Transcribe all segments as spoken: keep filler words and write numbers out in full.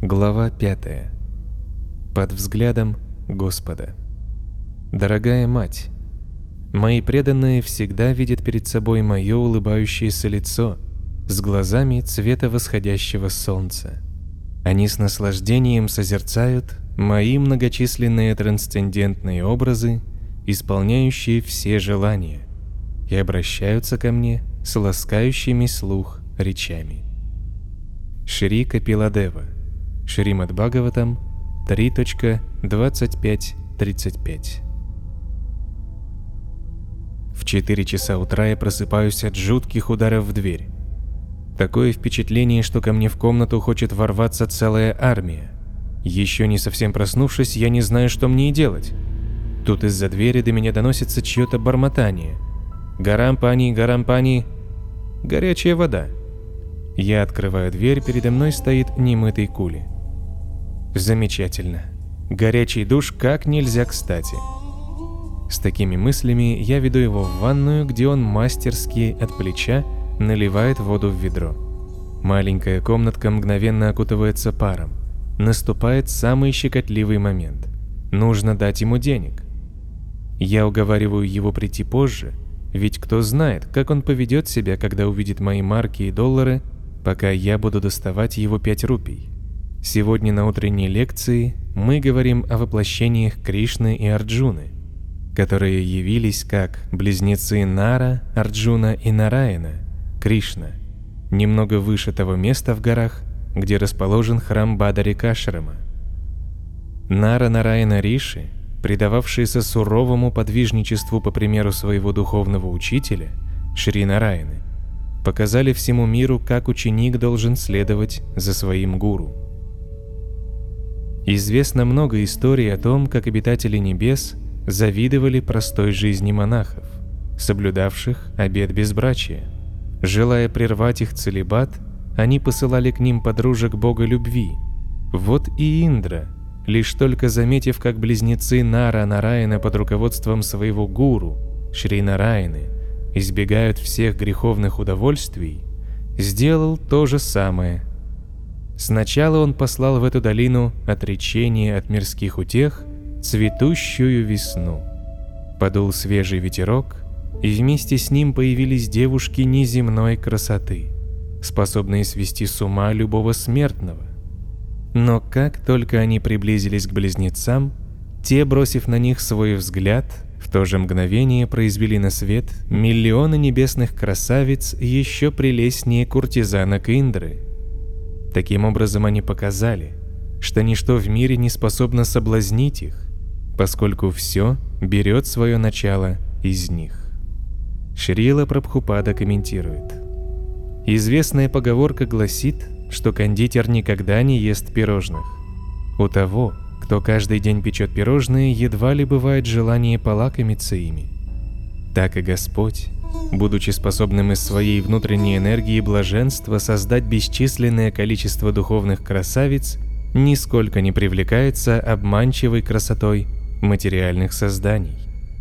Глава пятая. Под взглядом Господа. Дорогая мать, мои преданные всегда видят перед собой мое улыбающееся лицо с глазами цвета восходящего солнца. Они с наслаждением созерцают мои многочисленные трансцендентные образы, исполняющие все желания, и обращаются ко мне с ласкающими слух речами. Шри Капиладева. Шримад Бхагаватам три двадцать пять тридцать пять. В четыре часа утра я просыпаюсь от жутких ударов в дверь. Такое впечатление, что ко мне в комнату хочет ворваться целая армия. Еще не совсем проснувшись, я не знаю, что мне и делать. Тут из-за двери до меня доносится чье-то бормотание. «Гарам-пани, гарам-пани, горячая вода». Я открываю дверь, передо мной стоит немытый кули. Замечательно. Горячий душ как нельзя кстати. С такими мыслями я веду его в ванную, где он мастерски от плеча наливает воду в ведро. Маленькая комнатка мгновенно окутывается паром. Наступает самый щекотливый момент. Нужно дать ему денег. Я уговариваю его прийти позже, ведь кто знает, как он поведет себя, когда увидит мои марки и доллары, пока я буду доставать его пять рупий. Сегодня на утренней лекции мы говорим о воплощениях Кришны и Арджуны, которые явились как близнецы Нара, Арджуна и Нараяна, Кришна, немного выше того места в горах, где расположен храм Бадарикашрама. Нара Нараяна Риши, предававшиеся суровому подвижничеству по примеру своего духовного учителя, Шри Нараяны, показали всему миру, как ученик должен следовать за своим гуру. Известно много историй о том, как обитатели небес завидовали простой жизни монахов, соблюдавших обет безбрачия. Желая прервать их целибат, они посылали к ним подружек бога любви. Вот и Индра, лишь только заметив, как близнецы Нара Нараяна под руководством своего гуру, Шри Нараяны, избегают всех греховных удовольствий, сделал то же самое. Сначала он послал в эту долину отречение от мирских утех, цветущую весну. Подул свежий ветерок, и вместе с ним появились девушки неземной красоты, способные свести с ума любого смертного. Но как только они приблизились к близнецам, те, бросив на них свой взгляд, в то же мгновение произвели на свет миллионы небесных красавиц еще прелестнее куртизанок Индры. Таким образом, они показали, что ничто в мире не способно соблазнить их, поскольку все берет свое начало из них. Шрила Прабхупада комментирует. Известная поговорка гласит, что кондитер никогда не ест пирожных. У того, кто каждый день печет пирожные, едва ли бывает желание полакомиться ими. Так и Господь, будучи способным из своей внутренней энергии и блаженства создать бесчисленное количество духовных красавиц, нисколько не привлекается обманчивой красотой материальных созданий.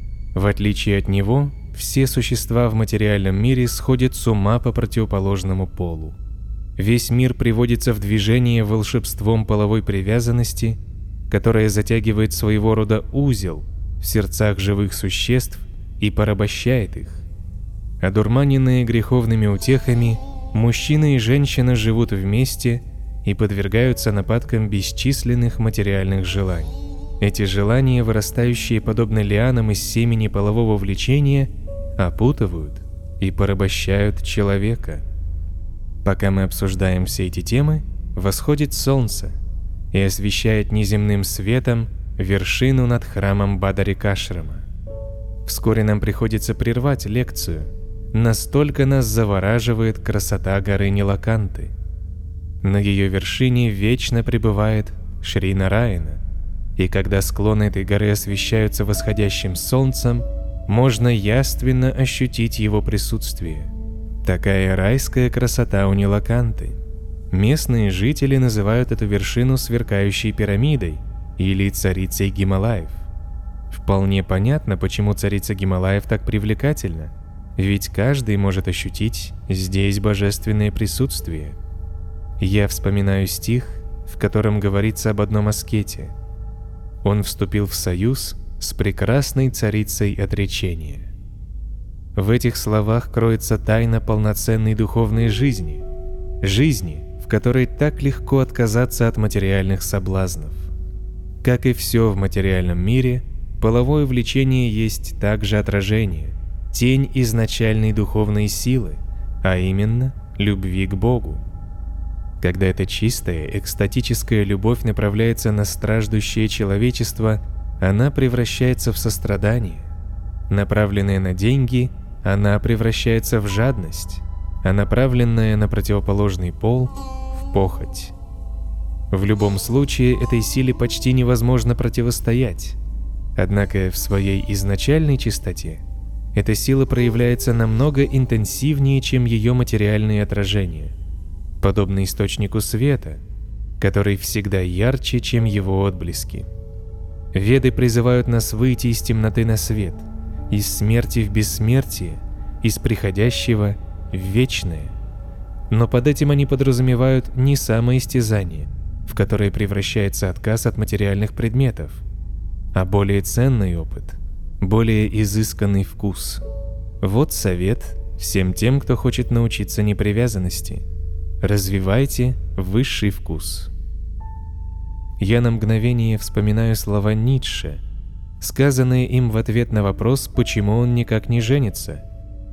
В отличие от него, все существа в материальном мире сходят с ума по противоположному полу. Весь мир приводится в движение волшебством половой привязанности, которая затягивает своего рода узел в сердцах живых существ и порабощает их. Одурманенные греховными утехами, мужчина и женщина живут вместе и подвергаются нападкам бесчисленных материальных желаний. Эти желания, вырастающие подобно лианам из семени полового влечения, опутывают и порабощают человека. Пока мы обсуждаем все эти темы, восходит солнце и освещает неземным светом вершину над храмом Бадарикашрама. Вскоре нам приходится прервать лекцию, настолько нас завораживает красота горы Нилаканты. На ее вершине вечно пребывает Шри Нараяна, и когда склоны этой горы освещаются восходящим солнцем, можно явственно ощутить его присутствие. Такая райская красота у Нилаканты. Местные жители называют эту вершину сверкающей пирамидой или царицей Гималаев. Вполне понятно, почему царица Гималаев так привлекательна, ведь каждый может ощутить здесь божественное присутствие. Я вспоминаю стих, в котором говорится об одном аскете. Он вступил в союз с прекрасной царицей отречения. В этих словах кроется тайна полноценной духовной жизни, жизни, в которой так легко отказаться от материальных соблазнов. Как и все в материальном мире, половое влечение есть также отражение, тень изначальной духовной силы, а именно любви к Богу. Когда эта чистая, экстатическая любовь направляется на страждущее человечество, она превращается в сострадание. Направленная на деньги, она превращается в жадность, а направленная на противоположный пол – в похоть. В любом случае, этой силе почти невозможно противостоять. Однако в своей изначальной чистоте эта сила проявляется намного интенсивнее, чем ее материальные отражения, подобно источнику света, который всегда ярче, чем его отблески. Веды призывают нас выйти из темноты на свет, из смерти в бессмертие, из приходящего в вечное. Но под этим они подразумевают не самоистязание, в которое превращается отказ от материальных предметов, а более ценный опыт, более изысканный вкус. Вот совет всем тем, кто хочет научиться непривязанности. Развивайте высший вкус. Я на мгновение вспоминаю слова Ницше, сказанные им в ответ на вопрос, почему он никак не женится.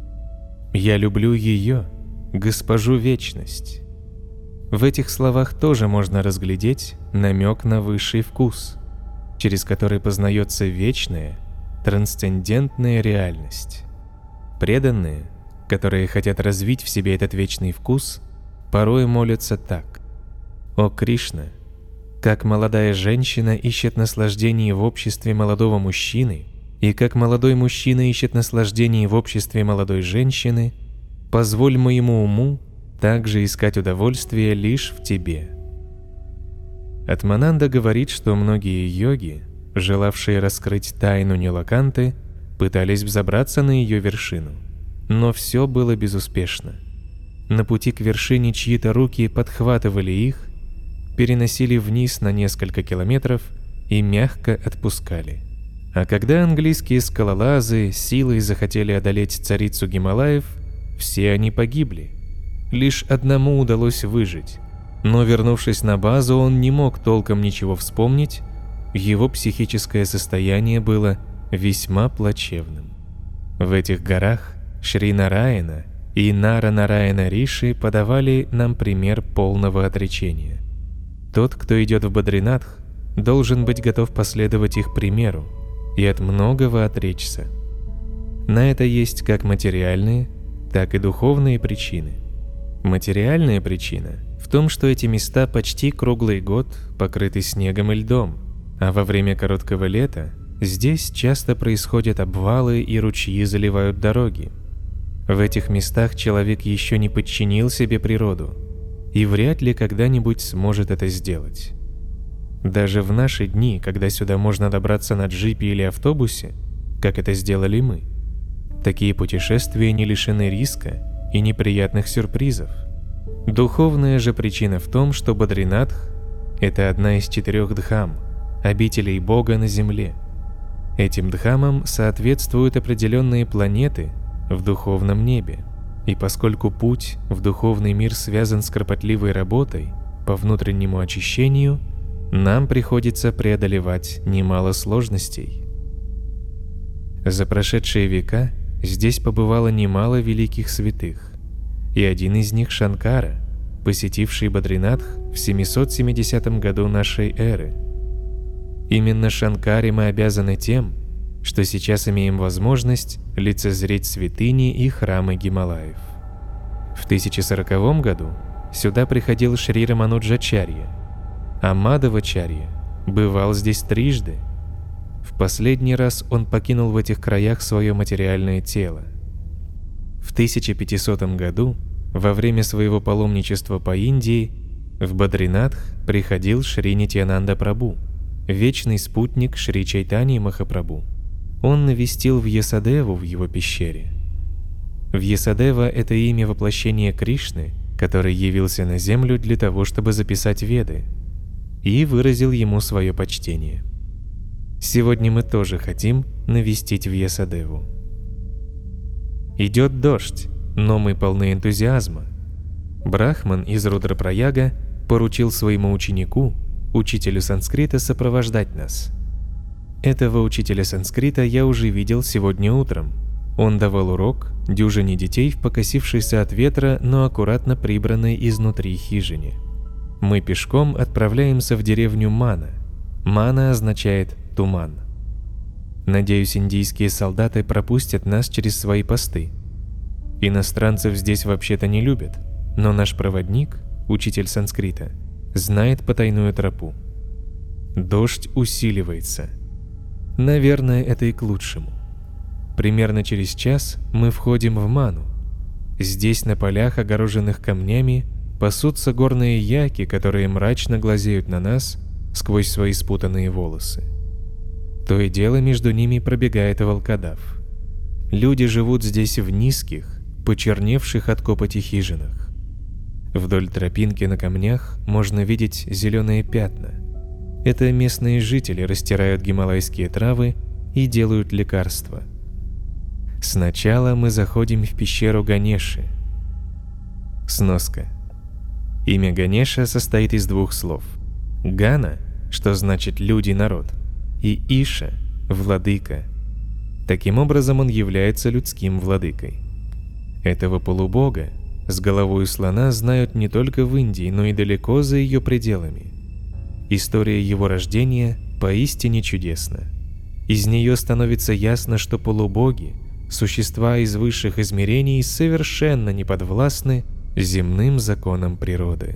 «Я люблю ее, госпожу Вечность». В этих словах тоже можно разглядеть намек на высший вкус, через который познается вечная, трансцендентная реальность. Преданные, которые хотят развить в себе этот вечный вкус, порой молятся так: «О Кришна, как молодая женщина ищет наслаждение в обществе молодого мужчины, и как молодой мужчина ищет наслаждение в обществе молодой женщины, позволь моему уму также искать удовольствие лишь в тебе». Атмананда говорит, что многие йоги, желавшие раскрыть тайну Нилаканты, пытались взобраться на ее вершину, но все было безуспешно. На пути к вершине чьи-то руки подхватывали их, переносили вниз на несколько километров и мягко отпускали. А когда английские скалолазы силой захотели одолеть царицу Гималаев, все они погибли. Лишь одному удалось выжить, но, вернувшись на базу, он не мог толком ничего вспомнить, его психическое состояние было весьма плачевным. В этих горах Шри Нараяна и Нара Нараяна Риши подавали нам пример полного отречения. Тот, кто идет в Бадринатх, должен быть готов последовать их примеру и от многого отречься. На это есть как материальные, так и духовные причины. Материальная причина в том, что эти места почти круглый год покрыты снегом и льдом, а во время короткого лета здесь часто происходят обвалы и ручьи заливают дороги. В этих местах человек еще не подчинил себе природу и вряд ли когда-нибудь сможет это сделать. Даже в наши дни, когда сюда можно добраться на джипе или автобусе, как это сделали мы, такие путешествия не лишены риска и неприятных сюрпризов. Духовная же причина в том, что Бадринатх – это одна из четырех дхам, обителей Бога на земле. Этим дхамам соответствуют определенные планеты в духовном небе, и поскольку путь в духовный мир связан с кропотливой работой по внутреннему очищению, нам приходится преодолевать немало сложностей. За прошедшие века здесь побывало немало великих святых, и один из них Шанкара, посетивший Бадринатх в семисот семидесятом году нашей эры. Именно Шанкаре мы обязаны тем, что сейчас имеем возможность лицезреть святыни и храмы Гималаев. В тысяча сороковом году сюда приходил Шри Рамануджачарья, а Мадхавачарья бывал здесь трижды. В последний раз он покинул в этих краях свое материальное тело. В тысяча пятисотом году, во время своего паломничества по Индии, в Бадринатх приходил Шри Нитьянанда Прабху, вечный спутник Шри Чайтаньи Махапрабху. Он навестил Вьясадеву в его пещере. Вьясадева – это имя воплощения Кришны, который явился на землю для того, чтобы записать Веды. и выразил ему свое почтение. Сегодня мы тоже хотим навестить Вьясадеву. Идет дождь, но мы полны энтузиазма. Брахман из Рудрапраяга поручил своему ученику, учителю санскрита, сопровождать нас. Этого учителя санскрита я уже видел сегодня утром. Он давал урок дюжине детей в покосившейся от ветра, но аккуратно прибранной изнутри хижине. Мы пешком отправляемся в деревню Мана. Мана означает «туман». Надеюсь, индийские солдаты пропустят нас через свои посты. Иностранцев здесь вообще-то не любят, но наш проводник, учитель санскрита, знает потайную тропу. Дождь усиливается. Наверное, это и к лучшему. Примерно через час мы входим в Ману. Здесь на полях, огороженных камнями, пасутся горные яки, которые мрачно глазеют на нас сквозь свои спутанные волосы. То и дело между ними пробегает волкодав. Люди живут здесь в низких, почерневших от копоти хижинах. Вдоль тропинки на камнях можно видеть зеленые пятна. Это местные жители растирают гималайские травы и делают лекарства. Сначала мы заходим в пещеру Ганеши. Сноска. Имя Ганеша состоит из двух слов. Гана, что значит «люди, народ», и Иша – «владыка». Таким образом, он является людским владыкой. Этого полубога с головой слона знают не только в Индии, но и далеко за ее пределами. История его рождения поистине чудесна. Из нее становится ясно, что полубоги, существа из высших измерений, совершенно не подвластны земным законам природы.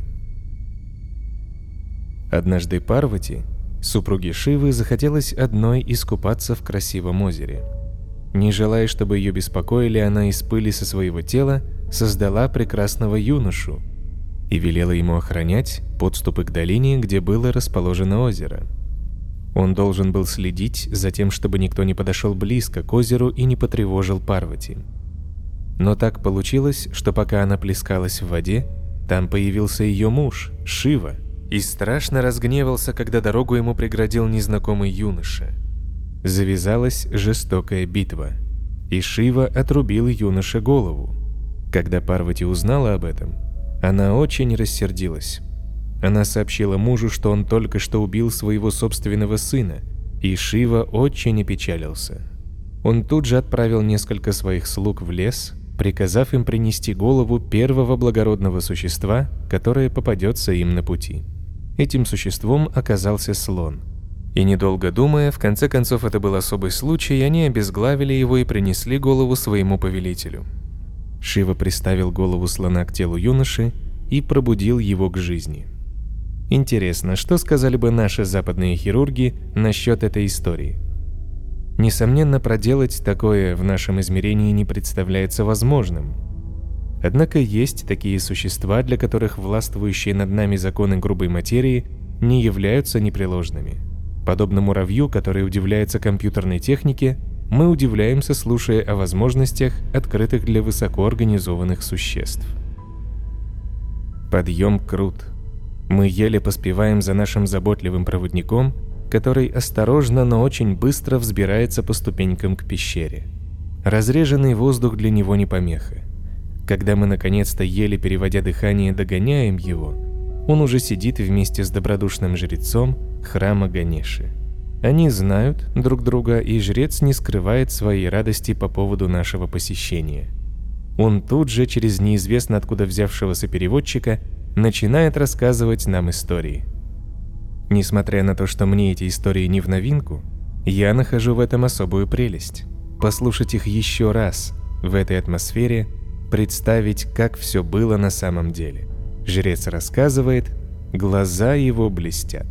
Однажды Парвати, супруге Шивы, захотелось одной искупаться в красивом озере. Не желая, чтобы ее беспокоили, она из пыли со своего тела создала прекрасного юношу и велела ему охранять подступы к долине, где было расположено озеро. Он должен был следить за тем, чтобы никто не подошел близко к озеру и не потревожил Парвати. Но так получилось, что пока она плескалась в воде, там появился ее муж, Шива, и страшно разгневался, когда дорогу ему преградил незнакомый юноша. Завязалась жестокая битва, и Шива отрубил юноше голову. Когда Парвати узнала об этом, она очень рассердилась. Она сообщила мужу, что он только что убил своего собственного сына, и Шива очень опечалился. Он тут же отправил несколько своих слуг в лес, приказав им принести голову первого благородного существа, которое попадется им на пути. Этим существом оказался слон. И недолго думая, в конце концов это был особый случай, и они обезглавили его и принесли голову своему повелителю. Шива приставил голову слона к телу юноши и пробудил его к жизни. Интересно, что сказали бы наши западные хирурги насчет этой истории? Несомненно, проделать такое в нашем измерении не представляется возможным. Однако есть такие существа, для которых властвующие над нами законы грубой материи не являются непреложными. Подобно муравью, который удивляется компьютерной технике, мы удивляемся, слушая о возможностях, открытых для высокоорганизованных существ. Подъем крут. Мы еле поспеваем за нашим заботливым проводником, который осторожно, но очень быстро взбирается по ступенькам к пещере. Разреженный воздух для него не помеха. Когда мы наконец-то, еле переводя дыхание, догоняем его, он уже сидит вместе с добродушным жрецом храма Ганеши. Они знают друг друга, и жрец не скрывает своей радости по поводу нашего посещения. Он тут же, через неизвестно откуда взявшегося переводчика, начинает рассказывать нам истории. Несмотря на то, что мне эти истории не в новинку, я нахожу в этом особую прелесть. Послушать их еще раз, в этой атмосфере, представить, как все было на самом деле. Жрец рассказывает, глаза его блестят.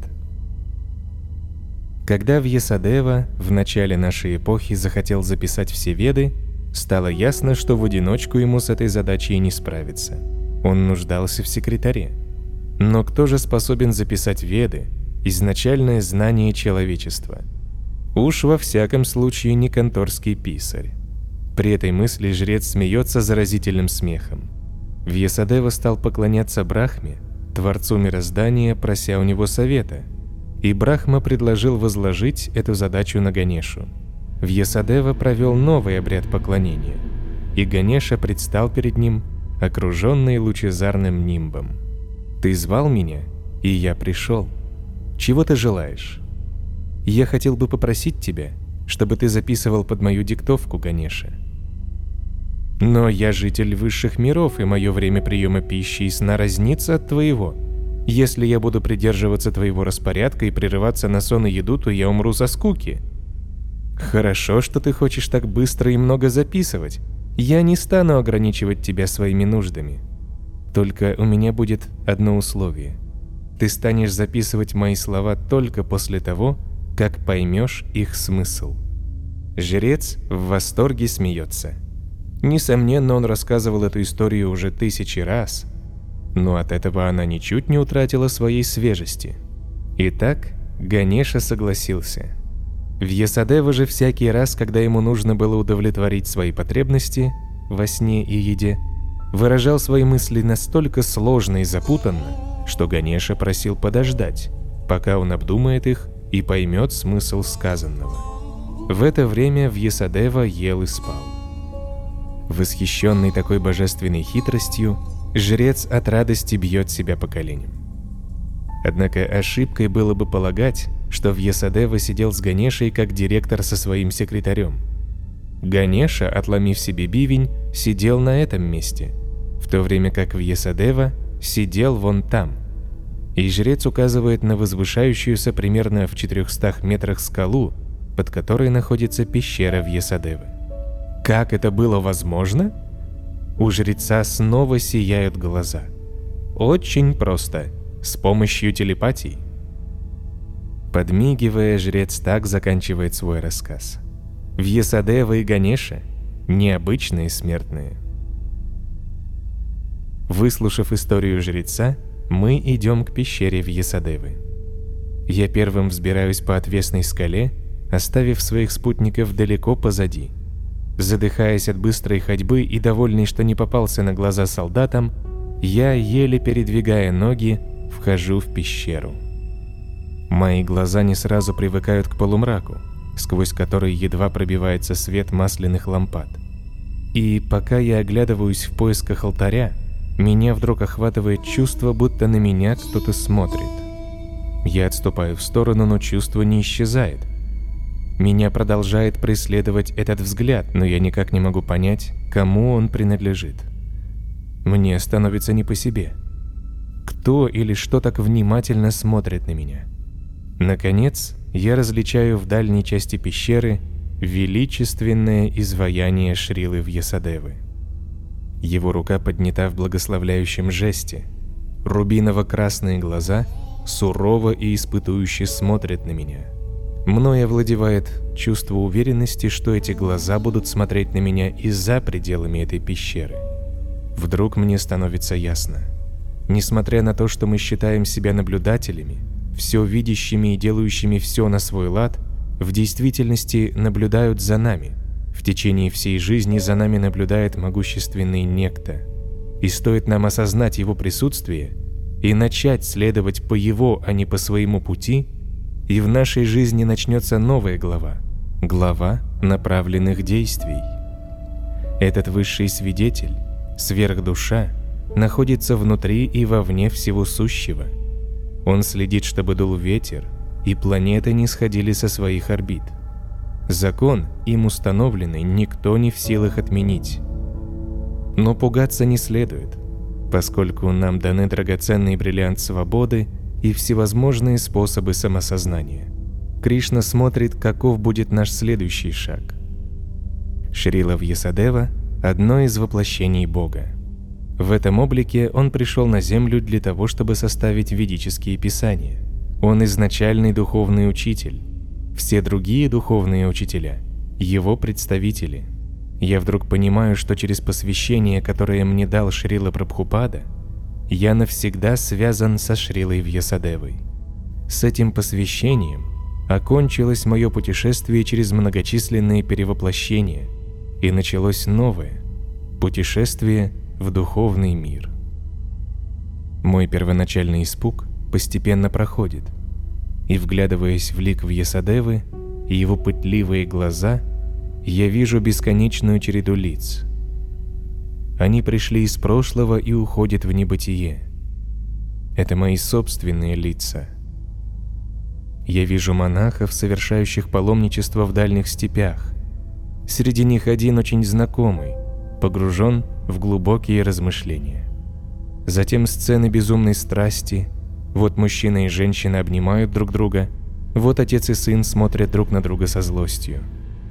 Когда Вьясадева в начале нашей эпохи захотел записать все Веды, стало ясно, что в одиночку ему с этой задачей не справиться. Он нуждался в секретаре. Но кто же способен записать Веды, изначальное знание человечества? Уж во всяком случае не конторский писарь. При этой мысли жрец смеется заразительным смехом. Вьясадева стал поклоняться Брахме, Творцу мироздания, прося у него совета, и Брахма предложил возложить эту задачу на Ганешу. Вьясадева провел новый обряд поклонения, и Ганеша предстал перед ним, окруженный лучезарным нимбом. «Ты звал меня, и я пришел. Чего ты желаешь? Я хотел бы попросить тебя, чтобы ты записывал под мою диктовку, Ганеша. Но я житель высших миров, и мое время приема пищи и сна разнится от твоего. Если я буду придерживаться твоего распорядка и прерываться на сон и еду, то я умру со скуки». «Хорошо, что ты хочешь так быстро и много записывать. Я не стану ограничивать тебя своими нуждами. Только у меня будет одно условие. Ты станешь записывать мои слова только после того, как поймешь их смысл». Жрец в восторге смеется. Несомненно, он рассказывал эту историю уже тысячи раз, но от этого она ничуть не утратила своей свежести. Итак, Ганеша согласился. Вьясадева же всякий раз, когда ему нужно было удовлетворить свои потребности во сне и еде, выражал свои мысли настолько сложно и запутанно, что Ганеша просил подождать, пока он обдумает их и поймет смысл сказанного. В это время Вьясадева ел и спал. Восхищенный такой божественной хитростью, жрец от радости бьет себя по коленям. Однако ошибкой было бы полагать, что Вьясадева сидел с Ганешей как директор со своим секретарем. Ганеша, отломив себе бивень, сидел на этом месте, в то время как Вьясадева сидел вон там. И жрец указывает на возвышающуюся примерно в четырехстах метрах скалу, под которой находится пещера Вьясадевы. Как это было возможно? У жреца снова сияют глаза. Очень просто, с помощью телепатии. Подмигивая, жрец так заканчивает свой рассказ. Вьясадева и Ганеша – необычные смертные. Выслушав историю жреца, мы идем к пещере Вьясадевы. Я первым взбираюсь по отвесной скале, оставив своих спутников далеко позади. Задыхаясь от быстрой ходьбы и довольный, что не попался на глаза солдатам, я, еле передвигая ноги, вхожу в пещеру. Мои глаза не сразу привыкают к полумраку, сквозь который едва пробивается свет масляных лампад. И пока я оглядываюсь в поисках алтаря, меня вдруг охватывает чувство, будто на меня кто-то смотрит. Я отступаю в сторону, но чувство не исчезает. Меня продолжает преследовать этот взгляд, но я никак не могу понять, кому он принадлежит. Мне становится не по себе. Кто или что так внимательно смотрит на меня? Наконец, я различаю в дальней части пещеры величественное изваяние Шрилы Вьясадевы. Его рука поднята в благословляющем жесте. Рубиново-красные глаза сурово и испытующе смотрят на меня. Мною овладевает чувство уверенности, что эти глаза будут смотреть на меня и за пределами этой пещеры. Вдруг мне становится ясно. Несмотря на то, что мы считаем себя наблюдателями, все видящими и делающими все на свой лад, в действительности наблюдают за нами. В течение всей жизни за нами наблюдает могущественный Некто. И стоит нам осознать его присутствие и начать следовать по его, а не по своему пути, и в нашей жизни начнется новая глава. Глава направленных действий. Этот высший свидетель, сверхдуша, находится внутри и вовне всего сущего. Он следит, чтобы дул ветер, и планеты не сходили со своих орбит. Закон, им установленный, никто не в силах отменить. Но пугаться не следует, поскольку нам даны драгоценный бриллиант свободы и всевозможные способы самосознания. Кришна смотрит, каков будет наш следующий шаг. Шрила Вьясадева – одно из воплощений Бога. В этом облике он пришел на Землю для того, чтобы составить ведические писания. Он изначальный духовный учитель. Все другие духовные учителя – его представители. Я вдруг понимаю, что через посвящение, которое мне дал Шрила Прабхупада, я навсегда связан со Шрилой Вьясадевой. С этим посвящением окончилось мое путешествие через многочисленные перевоплощения, и началось новое путешествие в духовный мир. Мой первоначальный испуг постепенно проходит, и, вглядываясь в лик Вьясадевы и его пытливые глаза, я вижу бесконечную череду лиц. Они пришли из прошлого и уходят в небытие. Это мои собственные лица. Я вижу монахов, совершающих паломничество в дальних степях. Среди них один очень знакомый, погружен в глубокие размышления. Затем сцены безумной страсти. Вот мужчина и женщина обнимают друг друга. Вот отец и сын смотрят друг на друга со злостью.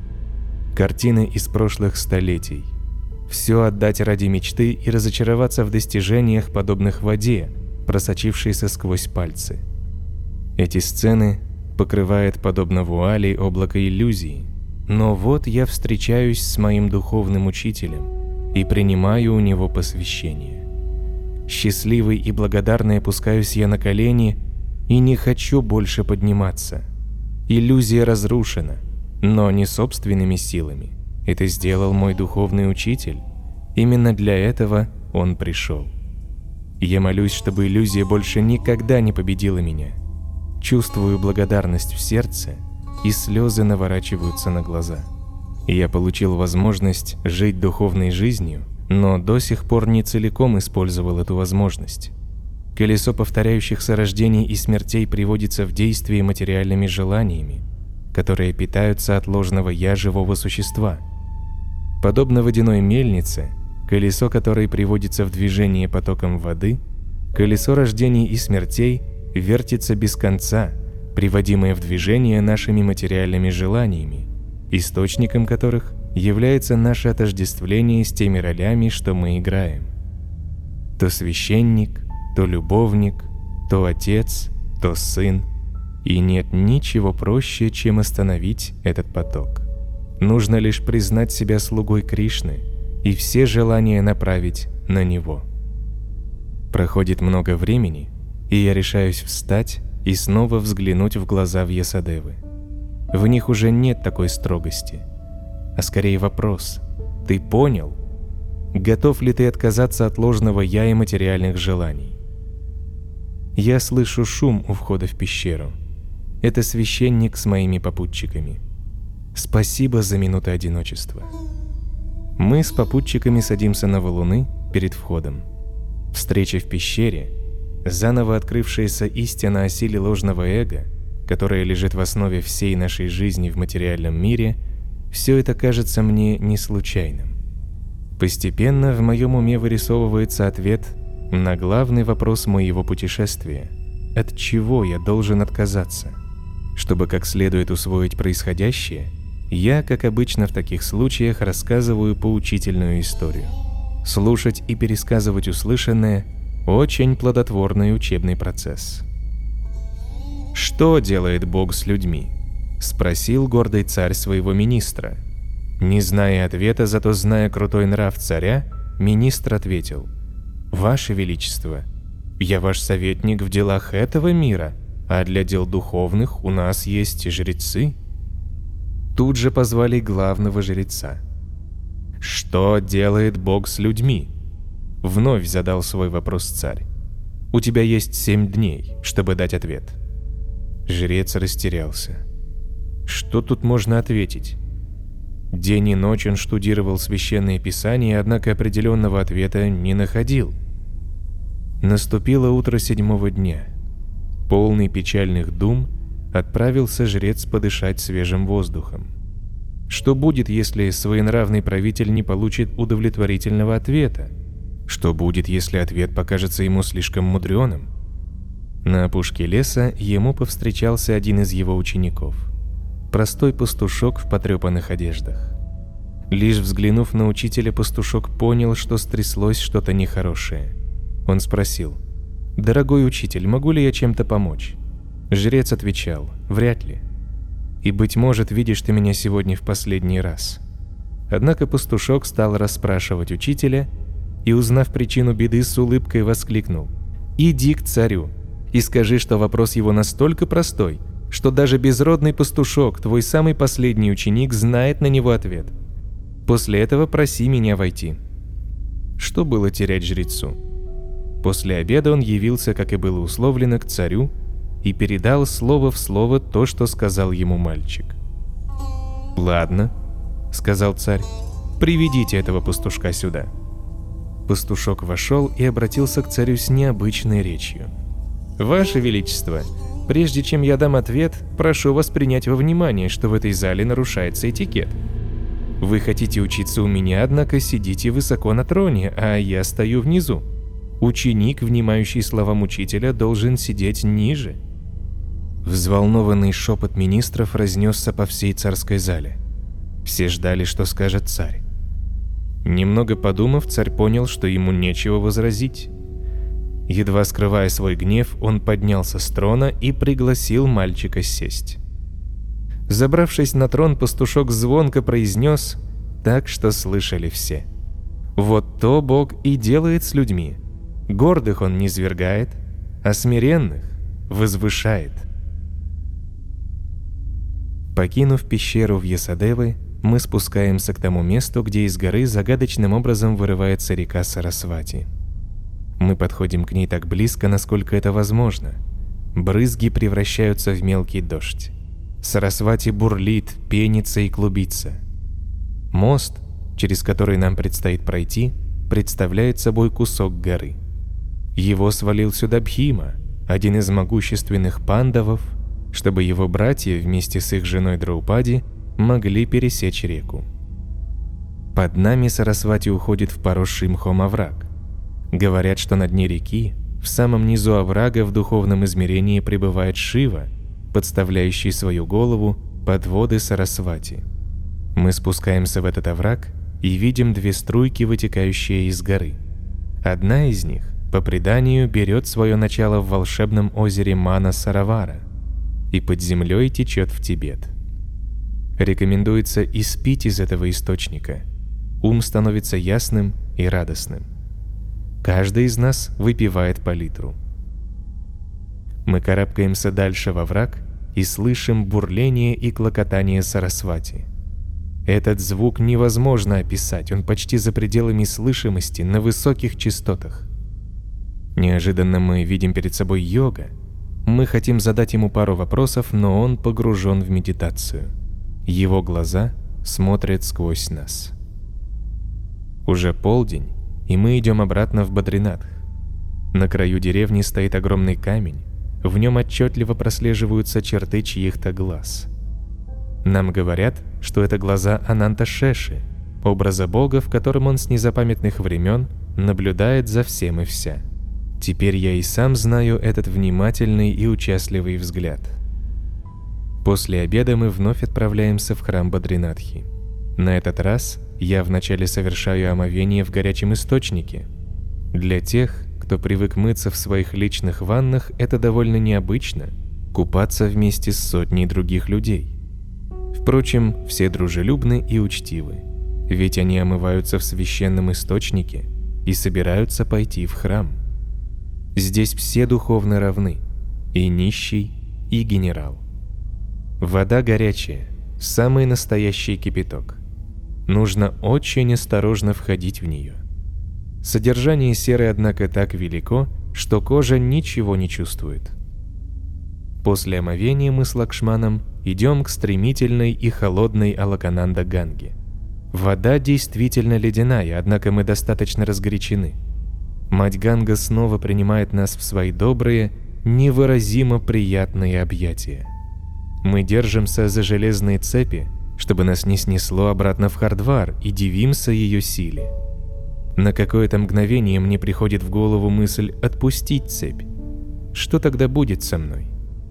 Картины из прошлых столетий. Все отдать ради мечты и разочароваться в достижениях, подобных воде, просочившейся сквозь пальцы. Эти сцены покрывает, подобно вуали, облако иллюзий. Но вот я встречаюсь с моим духовным учителем и принимаю у него посвящение. Счастливый и благодарный опускаюсь я на колени и не хочу больше подниматься. Иллюзия разрушена, но не собственными силами. Это сделал мой духовный учитель. Именно для этого он пришел. Я молюсь, чтобы иллюзия больше никогда не победила меня. Чувствую благодарность в сердце, и слезы наворачиваются на глаза. Я получил возможность жить духовной жизнью, но до сих пор не целиком использовал эту возможность. Колесо повторяющихся рождений и смертей приводится в действие материальными желаниями, которые питаются от ложного «я» живого существа. Подобно водяной мельнице, колесо которой приводится в движение потоком воды, колесо рождений и смертей вертится без конца, приводимое в движение нашими материальными желаниями, источником которых является наше отождествление с теми ролями, что мы играем. То священник, то любовник, то отец, то сын. И нет ничего проще, чем остановить этот поток. Нужно лишь признать себя слугой Кришны и все желания направить на него. Проходит много времени, и я решаюсь встать и снова взглянуть в глаза Вьясадевы. В них уже нет такой строгости, а скорее вопрос: ты понял? Готов ли ты отказаться от ложного «я» и материальных желаний? Я слышу шум у входа в пещеру. Это священник с моими попутчиками. Спасибо за минуты одиночества. Мы с попутчиками садимся на валуны перед входом. Встреча в пещере, заново открывшаяся истина о силе ложного эго, которая лежит в основе всей нашей жизни в материальном мире, все это кажется мне не случайным. Постепенно в моем уме вырисовывается ответ на главный вопрос моего путешествия: от чего я должен отказаться? Чтобы как следует усвоить происходящее, я, как обычно в таких случаях, рассказываю поучительную историю. Слушать и пересказывать услышанное – очень плодотворный учебный процесс. «Что делает Бог с людьми?» – спросил гордый царь своего министра. Не зная ответа, зато зная крутой нрав царя, министр ответил: «Ваше Величество, я ваш советник в делах этого мира, а для дел духовных у нас есть жрецы». Тут же позвали главного жреца. «Что делает Бог с людьми?» Вновь задал свой вопрос царь. «У тебя есть семь дней, чтобы дать ответ». Жрец растерялся. Что тут можно ответить? День и ночь он штудировал священные писания, однако определенного ответа не находил. Наступило утро седьмого дня. Полный печальных дум отправился жрец подышать свежим воздухом. Что будет, если своенравный правитель не получит удовлетворительного ответа? Что будет, если ответ покажется ему слишком мудреным? На опушке леса ему повстречался один из его учеников. Простой пастушок в потрепанных одеждах. Лишь взглянув на учителя, пастушок понял, что стряслось что-то нехорошее. Он спросил: «Дорогой учитель, могу ли я чем-то помочь?» Жрец отвечал: «Вряд ли. И, быть может, видишь ты меня сегодня в последний раз». Однако пастушок стал расспрашивать учителя и, узнав причину беды, с улыбкой воскликнул: «Иди к царю и скажи, что вопрос его настолько простой, что даже безродный пастушок, твой самый последний ученик, знает на него ответ. После этого проси меня войти». Что было терять жрецу? После обеда он явился, как и было условлено, к царю и передал слово в слово то, что сказал ему мальчик. «Ладно», — сказал царь, — «приведите этого пастушка сюда». Пастушок вошел и обратился к царю с необычной речью. «Ваше Величество, прежде чем я дам ответ, прошу вас принять во внимание, что в этой зале нарушается этикет. Вы хотите учиться у меня, однако сидите высоко на троне, а я стою внизу. Ученик, внимающий словам учителя, должен сидеть ниже». Взволнованный шепот министров разнесся по всей царской зале. Все ждали, что скажет царь. Немного подумав, царь понял, что ему нечего возразить. Едва скрывая свой гнев, он поднялся с трона и пригласил мальчика сесть. Забравшись на трон, пастушок звонко произнес, так что слышали все: «Вот то Бог и делает с людьми. Гордых Он низвергает, а смиренных возвышает». Покинув пещеру в Ясадевы, мы спускаемся к тому месту, где из горы загадочным образом вырывается река Сарасвати. Мы подходим к ней так близко, насколько это возможно. Брызги превращаются в мелкий дождь. Сарасвати бурлит, пенится и клубится. Мост, через который нам предстоит пройти, представляет собой кусок горы. Его свалил сюда Бхима, один из могущественных пандавов, чтобы его братья вместе с их женой Драупади могли пересечь реку. Под нами Сарасвати уходит в поросший мхом овраг. Говорят, что на дне реки, в самом низу оврага в духовном измерении пребывает Шива, подставляющий свою голову под воды Сарасвати. Мы спускаемся в этот овраг и видим две струйки, вытекающие из горы. Одна из них, по преданию, берет свое начало в волшебном озере Мана-Саравара и под землей течет в Тибет. Рекомендуется испить из этого источника. Ум становится ясным и радостным. Каждый из нас выпивает по литру. Мы карабкаемся дальше во враг и слышим бурление и клокотание Сарасвати. Этот звук невозможно описать, он почти за пределами слышимости на высоких частотах. Неожиданно мы видим перед собой йога. Мы хотим задать ему пару вопросов, но он погружен в медитацию. Его глаза смотрят сквозь нас. Уже полдень, и мы идем обратно в Бадринатх. На краю деревни стоит огромный камень, в нем отчетливо прослеживаются черты чьих-то глаз. Нам говорят, что это глаза Ананта-Шеши, образа Бога, в котором он с незапамятных времен наблюдает за всем и вся. Теперь я и сам знаю этот внимательный и участливый взгляд. После обеда мы вновь отправляемся в храм Бадринатхи. На этот раз я вначале совершаю омовение в горячем источнике. Для тех, кто привык мыться в своих личных ваннах, это довольно необычно – купаться вместе с сотней других людей. Впрочем, все дружелюбны и учтивы, ведь они омываются в священном источнике и собираются пойти в храм. Здесь все духовно равны – и нищий, и генерал. Вода горячая, самый настоящий кипяток. Нужно очень осторожно входить в нее. Содержание серы, однако, так велико, что кожа ничего не чувствует. После омовения мы с Лакшманом идем к стремительной и холодной Алакананда-Ганге. Вода действительно ледяная, однако мы достаточно разгорячены. Мать Ганга снова принимает нас в свои добрые, невыразимо приятные объятия. Мы держимся за железные цепи, чтобы нас не снесло обратно в Хардвар, и дивимся ее силе. На какое-то мгновение мне приходит в голову мысль отпустить цепь. Что тогда будет со мной?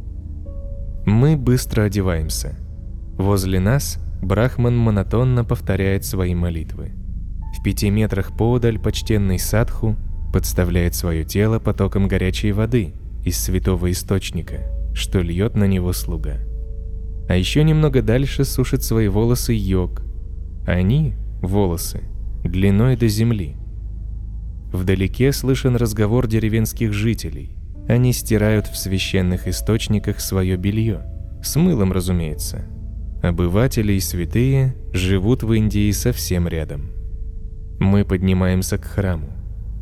Мы быстро одеваемся. Возле нас Брахман монотонно повторяет свои молитвы. В пяти метрах поодаль почтенный садху подставляет свое тело потоком горячей воды из святого источника, что льет на него слуга. А еще немного дальше сушит свои волосы йог. Они, волосы, длиной до земли. Вдалеке слышен разговор деревенских жителей. Они стирают в священных источниках свое белье. С мылом, разумеется. Обыватели и святые живут в Индии совсем рядом. Мы поднимаемся к храму.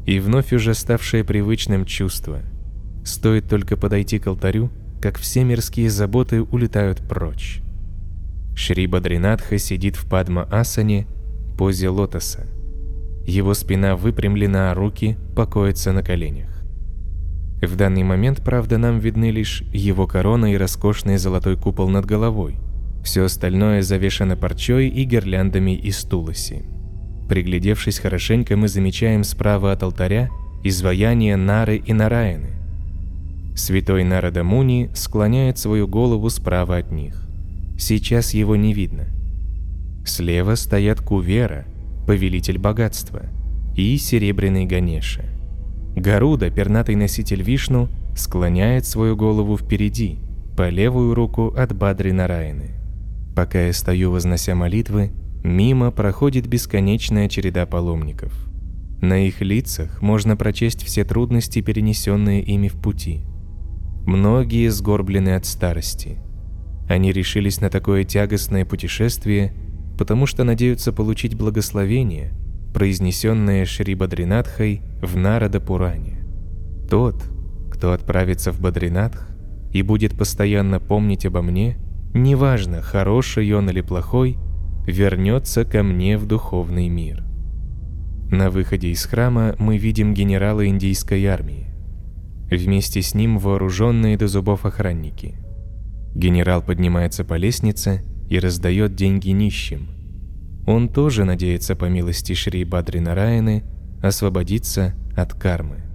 И вновь уже ставшее привычным чувство. Стоит только подойти к алтарю, как все мирские заботы улетают прочь. Шри Бадринатха сидит в Падма-асане, позе лотоса. Его спина выпрямлена, а руки покоятся на коленях. В данный момент, правда, нам видны лишь его корона и роскошный золотой купол над головой. Все остальное завешано парчой и гирляндами из туласи. Приглядевшись хорошенько, мы замечаем справа от алтаря изваяния Нары и Нараяны. Святой Нарада Муни склоняет свою голову справа от них. Сейчас его не видно. Слева стоят Кувера, повелитель богатства, и серебряный Ганеша. Гаруда, пернатый носитель Вишну, склоняет свою голову впереди, по левую руку от Бадри Нараяны. Пока я стою, вознося молитвы, мимо проходит бесконечная череда паломников. На их лицах можно прочесть все трудности, перенесенные ими в пути. Многие сгорблены от старости. Они решились на такое тягостное путешествие, потому что надеются получить благословение, произнесенное Шри Бадринатхой в Нарада-Пуране. Тот, кто отправится в Бадринатх и будет постоянно помнить обо мне, неважно, хороший он или плохой, вернется ко мне в духовный мир. На выходе из храма мы видим генерала индийской армии. Вместе с ним вооруженные до зубов охранники. Генерал поднимается по лестнице и раздает деньги нищим. Он тоже надеется по милости Шри Бадри Нараяны освободиться от кармы.